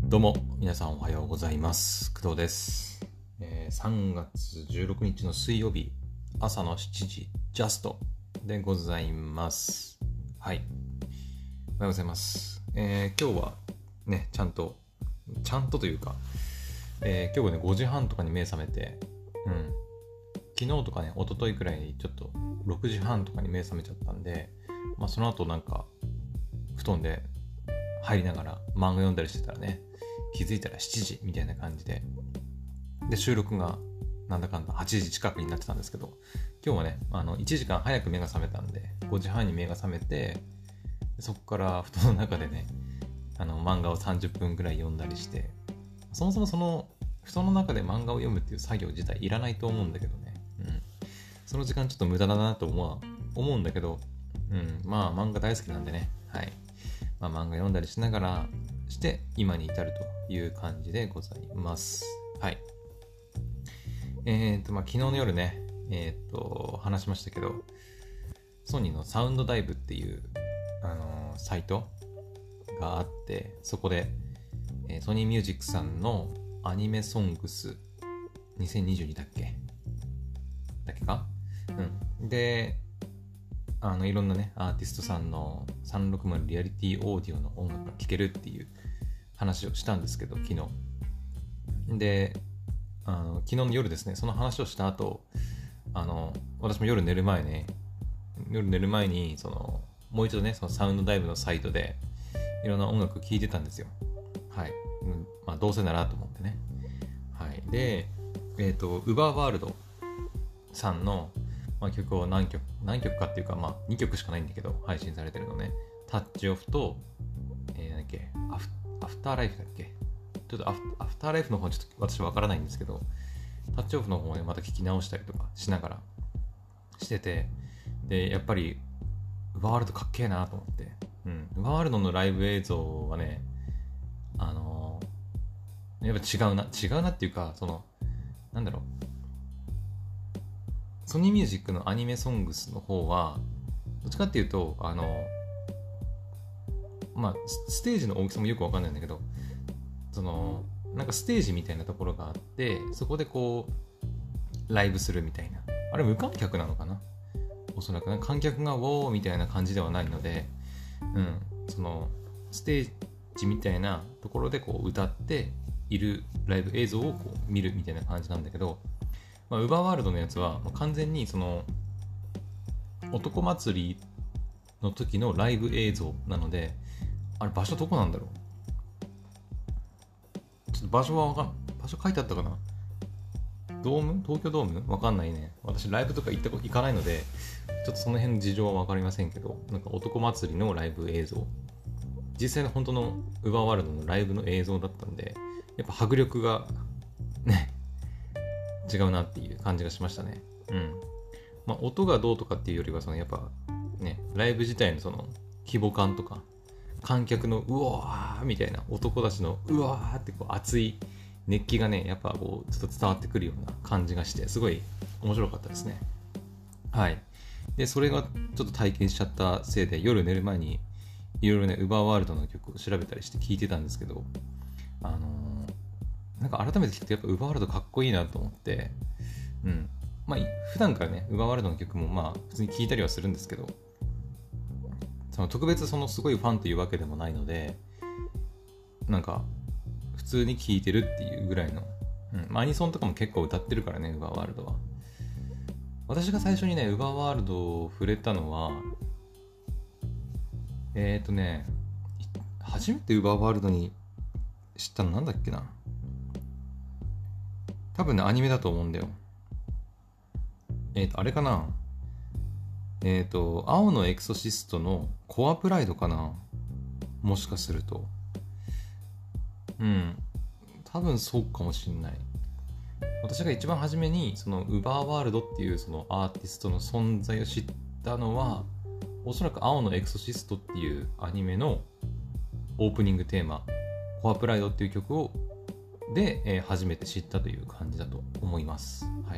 どうも皆さんおはようございます。工藤です。3月16日の水曜日朝の7時ジャストでございます。はい、おはようございます。今日はねちゃんとというか、今日はね5時半とかに目覚めて、昨日とかね一昨日くらいにちょっと6時半とかに目覚めちゃったんで、その後なんか布団で入りながら漫画読んだりしてたらね、気づいたら7時みたいな感じで、収録がなんだかんだ8時近くになってたんですけど、今日はね1時間早く目が覚めたんで5時半に目が覚めて、そこから布団の中でね漫画を30分くらい読んだりして、そもそもその布団の中で漫画を読むっていう作業自体いらないと思うんだけどね、その時間ちょっと無駄だなと思うんだけど、漫画大好きなんでね、漫画読んだりしながらして今に至るという感じでございます。はい。昨日の夜ね話しましたけど、ソニーのサウンドダイブっていうサイトがあって、そこで、ソニーミュージックさんのアニメソングス2022だっけか、でいろんなねアーティストさんの360リアリティオーディオの音楽が聴けるっていう話をしたんですけど、昨日で昨日の夜ですね、その話をした後私も夜寝る前にもう一度ねそのサウンドダイブのサイトでいろんな音楽聴いてたんですよ。はい、どうせならと思ってね。はいでウバーワールドさんの曲を何曲かっていうか、2曲しかないんだけど配信されてるのね。タッチオフと、アフターライフだっけ、ちょっとアフターライフの方はちょっと私はわからないんですけど、タッチオフの方を、また聞き直したりとかしながらしてて、でやっぱりウバーワールドかっけえなと思って、ウバーワールドのライブ映像はねやっぱ違うなっていうか、なんだろう、ソニーミュージックのアニメソングスの方はどっちかっていうとステージの大きさもよくわかんないんだけど、なんかステージみたいなところがあって、そこでこうライブするみたいな、あれ無観客なのかな、おそらくね観客がウォーみたいな感じではないので、ステージみたいなところでこう歌っているライブ映像をこう見るみたいな感じなんだけど、ウバーワールドのやつは完全に男祭りの時のライブ映像なので、あれ場所どこなんだろう、ちょっと場所は場所書いてあったかな、東京ドームわかんないね。私ライブとか行かないのでちょっとその辺の事情はわかりませんけど、なんか男祭りのライブ映像、実際の本当のウバーワールドのライブの映像だったんで、やっぱ迫力がね違うなっていう感じがしましたね。音がどうとかっていうよりはやっぱねライブ自体の規模感とか、観客のうわーみたいな、男たちのうわーってこう熱い熱気がねやっぱこうちょっと伝わってくるような感じがして、すごい面白かったですね。はい。でそれがちょっと体験しちゃったせいで、夜寝る前にいろいろねウバーワールドの曲を調べたりして聞いてたんですけど、なんか改めて聞くとやっぱウバーワールドかっこいいなと思って、普段からねウバーワールドの曲も普通に聞いたりはするんですけど、特別すごいファンというわけでもないので、なんか普通に聴いてるっていうぐらいの、アニソンとかも結構歌ってるからねウバーワールドは。私が最初にねウバーワールドを触れたのは初めてウバーワールドに知ったのなんだっけな、多分ねアニメだと思うんだよ。あれかな、青のエクソシストのコアプライドかな、もしかすると多分そうかもしんない。私が一番初めにウバーワールドっていうアーティストの存在を知ったのは、おそらく青のエクソシストっていうアニメのオープニングテーマコアプライドっていう曲で、初めて知ったという感じだと思います。はい。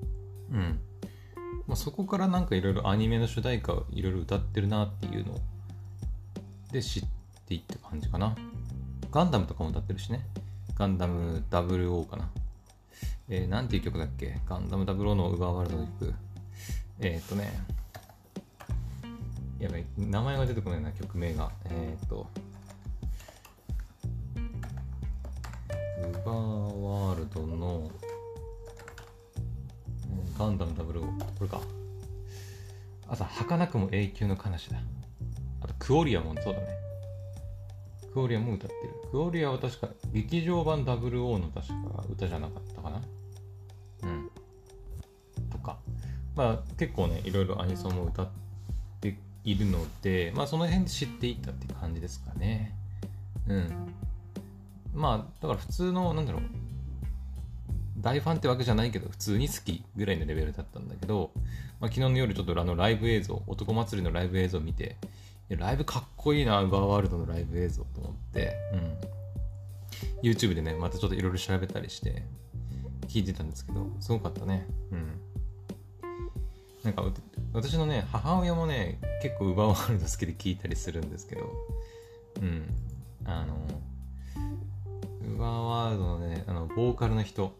そこからなんかいろいろアニメの主題歌をいろいろ歌ってるなっていうので知っていった感じかな。 ガンダムとかも歌ってるしね。ガンダム00かな。なんていう曲だっけ？ガンダム00のウーバーワールドの曲。やばい、名前が出てこないな、曲名が。ウーバーワールドのガンダム00、これか。あと、儚くも永久の悲しだ。あと、クオリアもそうだね。クオリアも歌ってる。クオリアは確か、劇場版00の確か歌じゃなかったかな。とか。まあ、結構ね、いろいろアニソンも歌っているので、まあ、その辺で知っていったって感じですかね。まあ、だから普通の、大ファンってわけじゃないけど、普通に好きぐらいのレベルだったんだけど、まあ、昨日の夜ちょっとライブ映像、男祭りのライブ映像を見て、ライブかっこいいな、ウーバーワールドのライブ映像と思って、YouTube でね、またちょっといろいろ調べたりして、聞いてたんですけど、すごかったね。なんか、私のね、母親もね、結構ウーバーワールド好きで聞いたりするんですけど、ウーバーワールドのね、ボーカルの人、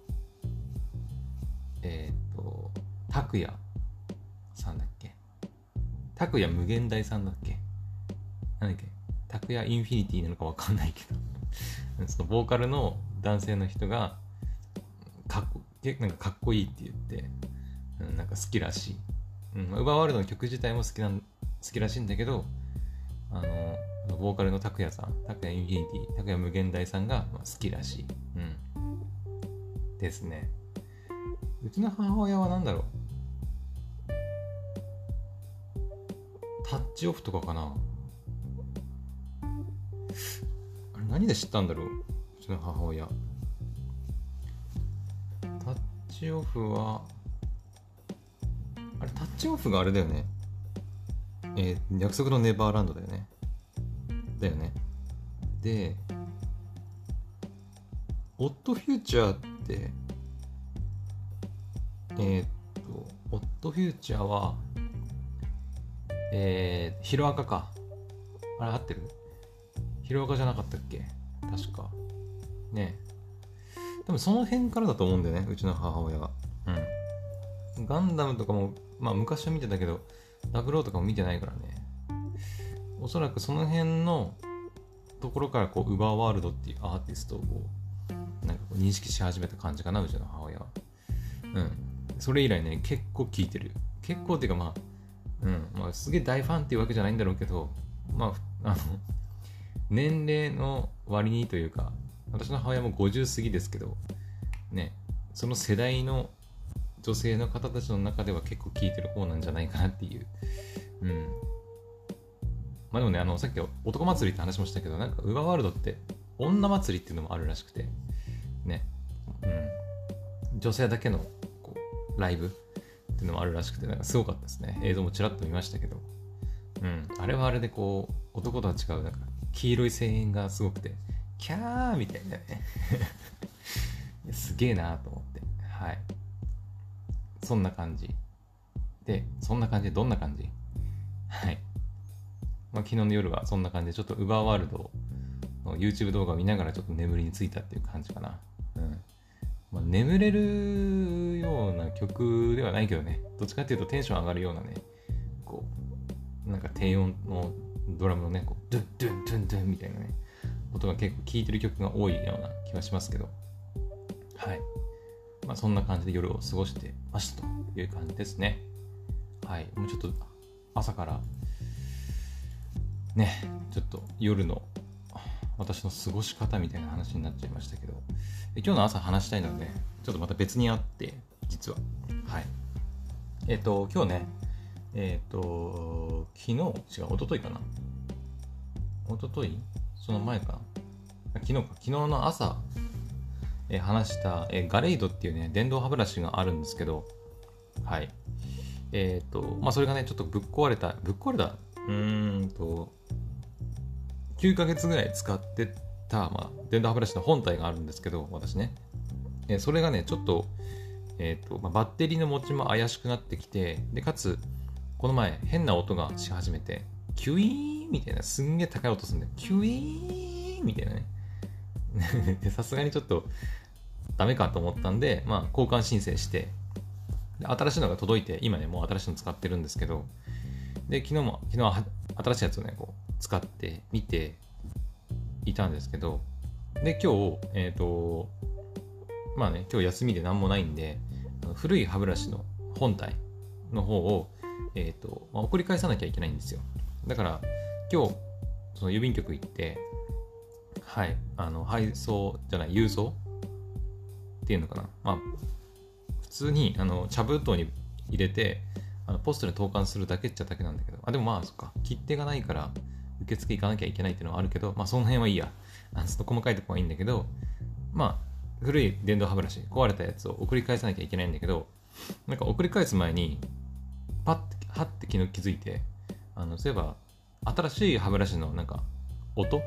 拓也さんだっけ？拓也無限大さんだっけ？なんだっけ？拓也インフィニティなのかわかんないけどそのボーカルの男性の人がなんかかっこいいって言って、なんか好きらしい。ウーバーワールドの曲自体も好きらしいんだけど、ボーカルの拓也さん、拓也インフィニティ、拓也無限大さんが好きらしい。ですね。うちの母親はタッチオフとかかな。あれ何で知ったんだろう、うちの母親。タッチオフはタッチオフがあれだよね。約束のネバーランドだよね。で、オッドフューチャーって、オッドフューチャーは、ヒロアカか。あれ合ってる？ヒロアカじゃなかったっけ？確か。ね。多分その辺からだと思うんだよね、うちの母親が。ガンダムとかも、まあ昔は見てたけど、ダブローとかも見てないからね。おそらくその辺のところからウーバーワールドっていうアーティストを認識し始めた感じかな、うちの母親は。それ以来ね、結構聞いてる。結構っていうかまあすげえ大ファンっていうわけじゃないんだろうけど、まあ、年齢の割にというか、私の母親も50過ぎですけど、ね、その世代の女性の方たちの中では結構聞いてる方なんじゃないかなっていう。まあでもね、さっき男祭りって話もしたけど、ウーバーワールドって女祭りっていうのもあるらしくて、ね、女性だけのライブっていうのもあるらしくて、すごかったですね。映像もちらっと見ましたけど、あれはあれで男とは違う、黄色い声援がすごくて、キャーみたいなね。すげえなと思って、はい。そんな感じ。でどんな感じ？はい。まあ、昨日の夜はそんな感じで、ちょっとウーバーワールドの YouTube 動画を見ながらちょっと眠りについたっていう感じかな。まあ、眠れるような曲ではないけどね、どっちかっていうとテンション上がるようなね、低音のドラムのね、ドゥンドゥンドゥンドゥンみたいなね、音が結構聴いてる曲が多いような気がしますけど、はい。まあ、そんな感じで夜を過ごしてましたという感じですね。はい。もうちょっと朝からね、ちょっと夜の私の過ごし方みたいな話になっちゃいましたけど、今日の朝話したいので、ちょっとまた別にあって、実は。はい。今日ね、昨日、一昨日かな。一昨日その前かな。昨日の朝、話した、ガレイドっていうね、電動歯ブラシがあるんですけど、はい。まあそれがね、ちょっとぶっ壊れた、9ヶ月ぐらい使ってた、まあ、電動歯ブラシの本体があるんですけど、私ね。それがね、ちょっと、まあ、バッテリーの持ちも怪しくなってきて、で、かつ、この前、変な音がし始めて、キュイーンみたいな、すんげえ高い音するんだよ。キュイーンみたいなね。 でさすがにちょっとダメかと思ったんで、まあ、交換申請して、新しいのが届いて、今ね、もう新しいの使ってるんですけど、で、昨日は新しいやつをね、こう、使ってみていたんですけど、で、今日、まあね、今日休みで何もないんで、古い歯ブラシの本体の方を、まあ、送り返さなきゃいけないんですよ。だから、今日、その郵便局行って、はい、配送じゃない、郵送っていうのかな。まあ、普通に、茶封筒に入れて、ポストに投函するだけっちゃだけなんだけど、でもまあ、そっか、切手がないから、受付行かなきゃいけないっていうのはあるけど、まあ、その辺はいいや。その細かいとこはいいんだけど、まあ、古い電動歯ブラシ、壊れたやつを送り返さなきゃいけないんだけど、なんか送り返す前に、パッて、はって気づいて、そういえば、新しい歯ブラシのなんか、音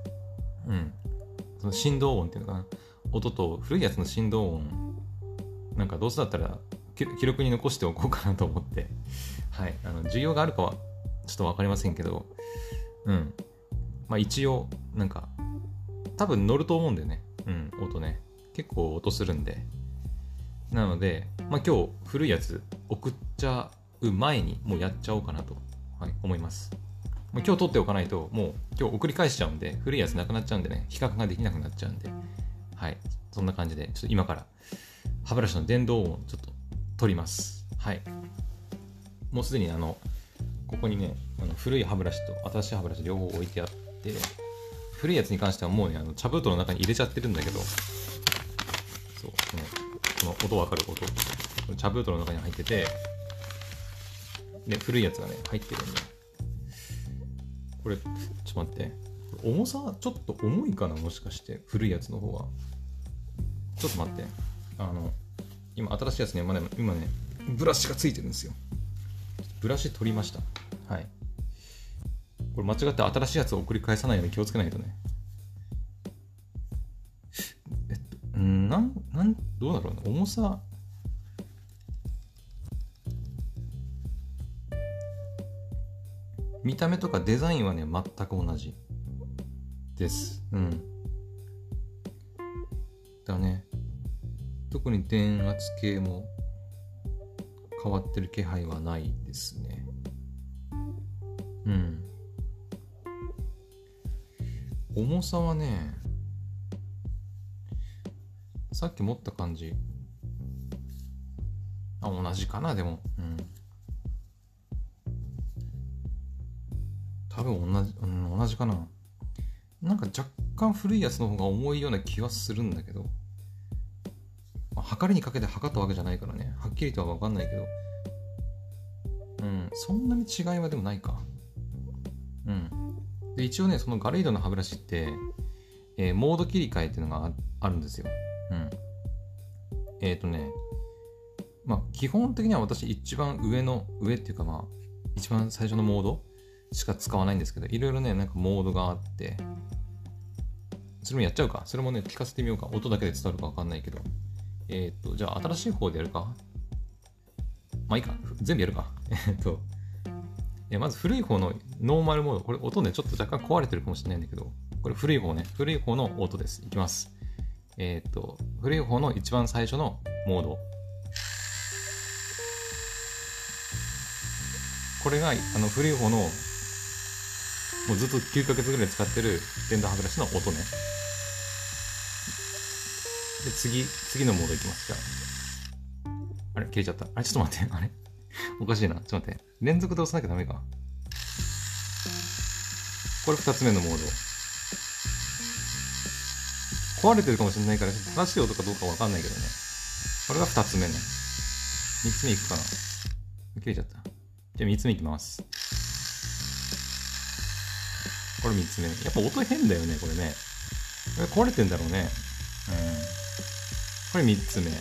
その振動音っていうのかな。音と古いやつの振動音、なんかどうせだったら記録に残しておこうかなと思って、はい、需要があるかはちょっとわかりませんけど、まあ一応、なんか、多分乗ると思うんだよね。音ね。結構音するんで。なので、まあ今日古いやつ送っちゃう前にもうやっちゃおうかなと、はい、思います。今日取っておかないと、もう今日送り返しちゃうんで、古いやつなくなっちゃうんでね、比較ができなくなっちゃうんで、はい、そんな感じで、ちょっと今から歯ブラシの電動音をちょっと取ります。はい。もうすでにここにね、古い歯ブラシと新しい歯ブラシ両方置いてあって、古いやつに関してはもうね、茶封筒の中に入れちゃってるんだけど、そう、この音わかる音、茶封筒の中に入ってて、で、古いやつがね、入ってるんで、これ、ちょっと待って。重さ、ちょっと重いかなもしかして。古いやつの方が。ちょっと待って。今、新しいやつには今ね、ブラシがついてるんですよ。ブラシ取りました。はい。これ間違って新しいやつを送り返さないように気をつけないとね。どうだろうな。重さ。見た目とかデザインはね、全く同じです。だね。特に電圧計も変わってる気配はないですね。重さはね、さっき持った感じ。同じかな、でも。多分同じかな。なんか若干古いやつの方が重いような気はするんだけど、測りにかけて測ったわけじゃないからね、はっきりとは分かんないけど、そんなに違いはでもないか。で、一応ね、そのガレイドの歯ブラシって、モード切り替えっていうのがあるんですよ。まあ、基本的には私一番上っていうかまあ、一番最初のモードしか使わないんですけど、いろいろね、なんかモードがあって、それもやっちゃうか。それもね、聞かせてみようか。音だけで伝わるかわかんないけど。じゃあ新しい方でやるか。まあいいか。全部やるか。まず古い方のノーマルモード。これ音ね、ちょっと若干壊れてるかもしれないんだけど、これ古い方ね。古い方の音です。いきます。古い方の一番最初のモード。これが古い方のもうずっと9ヶ月ぐらい使ってる電動歯ブラシの音ね。で、次のモードいきます。じゃあ。あれ切れちゃった。あれちょっと待って。あれおかしいな。ちょっと待って。連続で押さなきゃダメか。これ2つ目のモード。壊れてるかもしれないから、正しい音かどうかわかんないけどね。これが2つ目ね。3つ目いくかな。切れちゃった。じゃあ3つ目いきます。これ3つ目ね。やっぱ音変だよね、これね。これ壊れてんだろうね。これ3つ目。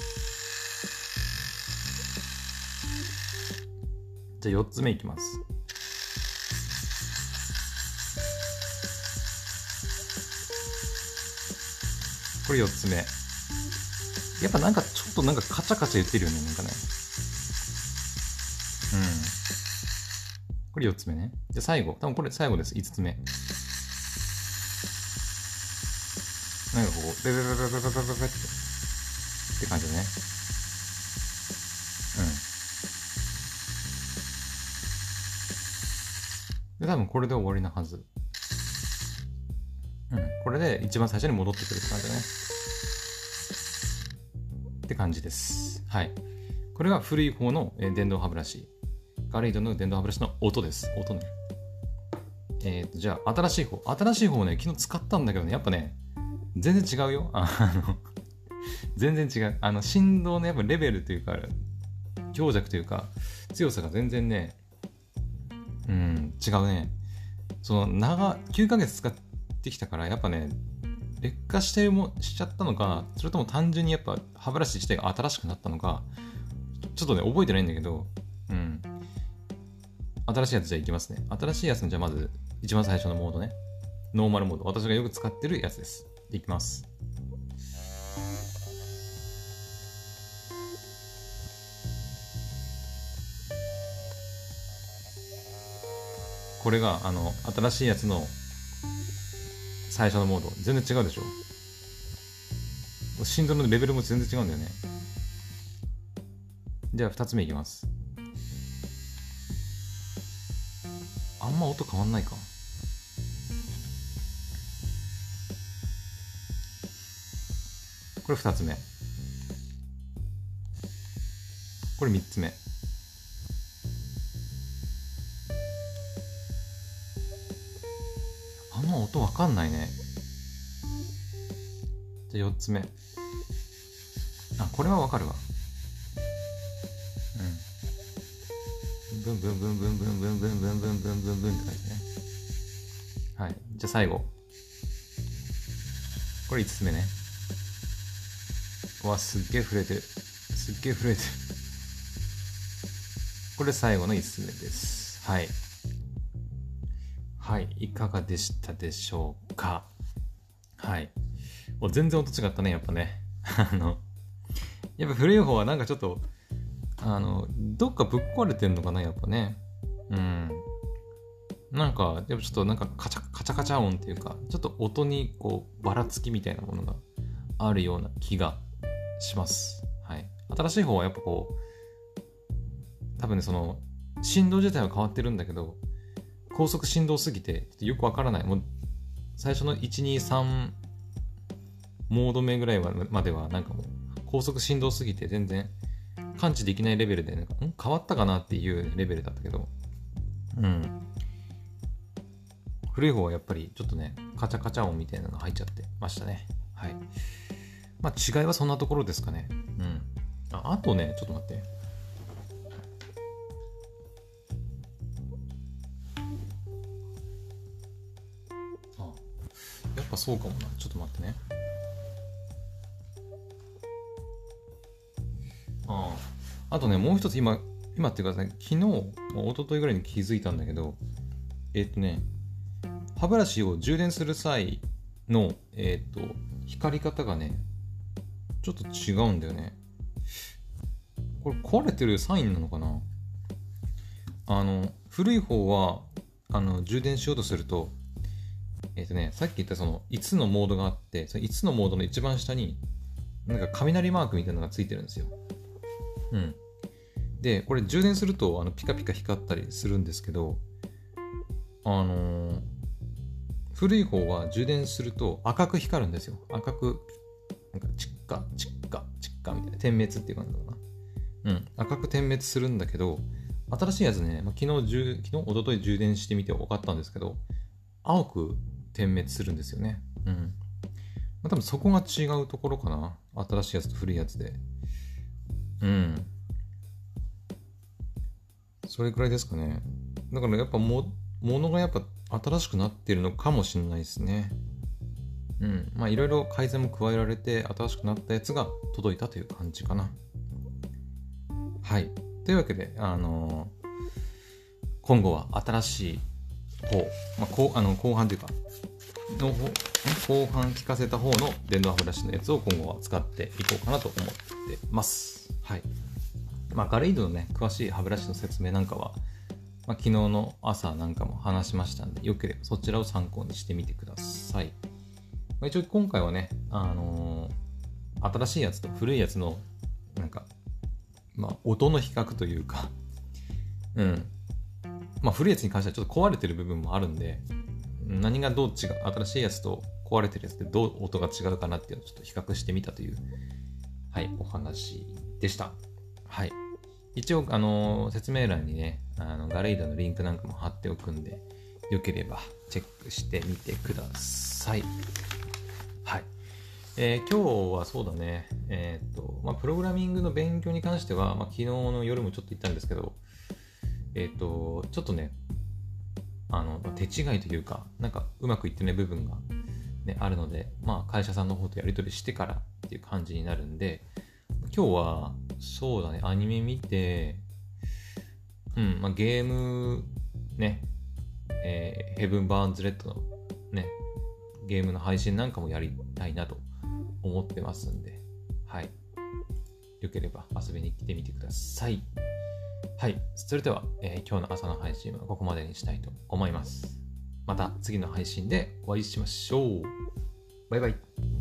じゃあ4つ目いきます。これ4つ目。やっぱなんかちょっとなんかカチャカチャ言ってるよね、なんかね。これ4つ目ね。じゃあ最後。多分これ最後です。5つ目。 なんかこうベベベベベベベベベって感じだね。で多分これで終わりなはず。これで一番最初に戻ってくるって感じだね。って感じです。はい。これが古い方の電動歯ブラシ。ガレイドの電動歯ブラシの音です。音ね。じゃあ新しい方をね、昨日使ったんだけどね、やっぱね、全然違うよ。全然違う。振動のやっぱレベルというか、強弱というか、強さが全然ね、違うね。9ヶ月使ってきたから、やっぱね、劣化しちゃったのか、それとも単純にやっぱ歯ブラシ自体が新しくなったのか、ちょっとね、覚えてないんだけど、新しいやつじゃあいきますね。新しいやつのじゃあまず、一番最初のモードね。ノーマルモード。私がよく使ってるやつです。いきます。これが新しいやつの最初のモード。全然違うでしょ。振動のレベルも全然違うんだよね。じゃあ2つ目いきます。あんま音変わんないか。これ2つ目。これ3つ目。あんま音わかんないね。じゃあ4つ目。これはわかるわ。ブンブンブンブンブンブンブンブンブンブンブンブンって感じね。はい。じゃあ最後。これ5つ目ね。うわ、すっげえ震えてる。これ最後の5つ目です。はい。はい。いかがでしたでしょうか。はい。全然音違ったね、やっぱね。やっぱ古い方はなんかちょっと、どっかぶっ壊れてんのかな、やっぱね。なんか、やっぱちょっとなんかカチャカチャ音っていうか、ちょっと音にこう、ばらつきみたいなものがあるような気がします。はい。新しい方はやっぱこう、多分ね、振動自体は変わってるんだけど、高速振動すぎて、ちょっとよくわからない。もう、最初の1、2、3モード目ぐらいまでは、なんかもう、高速振動すぎて全然感知できないレベルで、なんか、変わったかなっていうレベルだったけど、古い方はやっぱりちょっとね、カチャカチャ音みたいなのが入っちゃってましたね。はい。まあ違いはそんなところですかね。あとね、ちょっと待って。やっぱそうかもな。ちょっと待ってね。あとね、もう一つ今っていうかね、昨日、一昨日ぐらいに気づいたんだけど、歯ブラシを充電する際の、光り方がね、ちょっと違うんだよね。これ壊れてるサインなのかな。古い方は、充電しようとすると、さっき言った5つのモードがあって、その5つのモードの一番下に、なんか雷マークみたいなのがついてるんですよ。で、これ充電するとピカピカ光ったりするんですけど、古い方は充電すると赤く光るんですよ。赤く、なんかチッカみたいな、点滅っていう感じだな。赤く点滅するんだけど、新しいやつね、昨日、一昨日充電してみて分かったんですけど、青く点滅するんですよね。多分そこが違うところかな。新しいやつと古いやつで。それくらいですかね。だからやっぱ物がやっぱ新しくなってるのかもしれないですね。まあいろいろ改善も加えられて新しくなったやつが届いたという感じかな。はい。というわけで、今後は新しい方、後半というか、後半聞かせた方の電動歯ブラシのやつを今後は使っていこうかなと思ってます。はい。ガレイドのね、詳しい歯ブラシの説明なんかは、昨日の朝なんかも話しましたんで、よければそちらを参考にしてみてください。 一応今回はね、新しいやつと古いやつの、なんか、音の比較というか、古いやつに関してはちょっと壊れてる部分もあるんで、何がどう違う、新しいやつと壊れてるやつってどう音が違うかなっていうのをちょっと比較してみたという、はい、お話でした。はい。一応、説明欄にね、ガレイドのリンクなんかも貼っておくんで、よければチェックしてみてください。はい。今日はそうだね、プログラミングの勉強に関しては、昨日の夜もちょっと言ったんですけど、ちょっとね、手違いというか、なんかうまくいってない部分が、ね、あるので、会社さんの方とやり取りしてからっていう感じになるんで、今日は、そうだね、アニメ見て、ゲーム、ね、ヘブン・バーンズ・レッドのね、ゲームの配信なんかもやりたいなと思ってますんで、はい。よければ遊びに来てみてください。はい。それでは、今日の朝の配信はここまでにしたいと思います。また次の配信でお会いしましょう。バイバイ。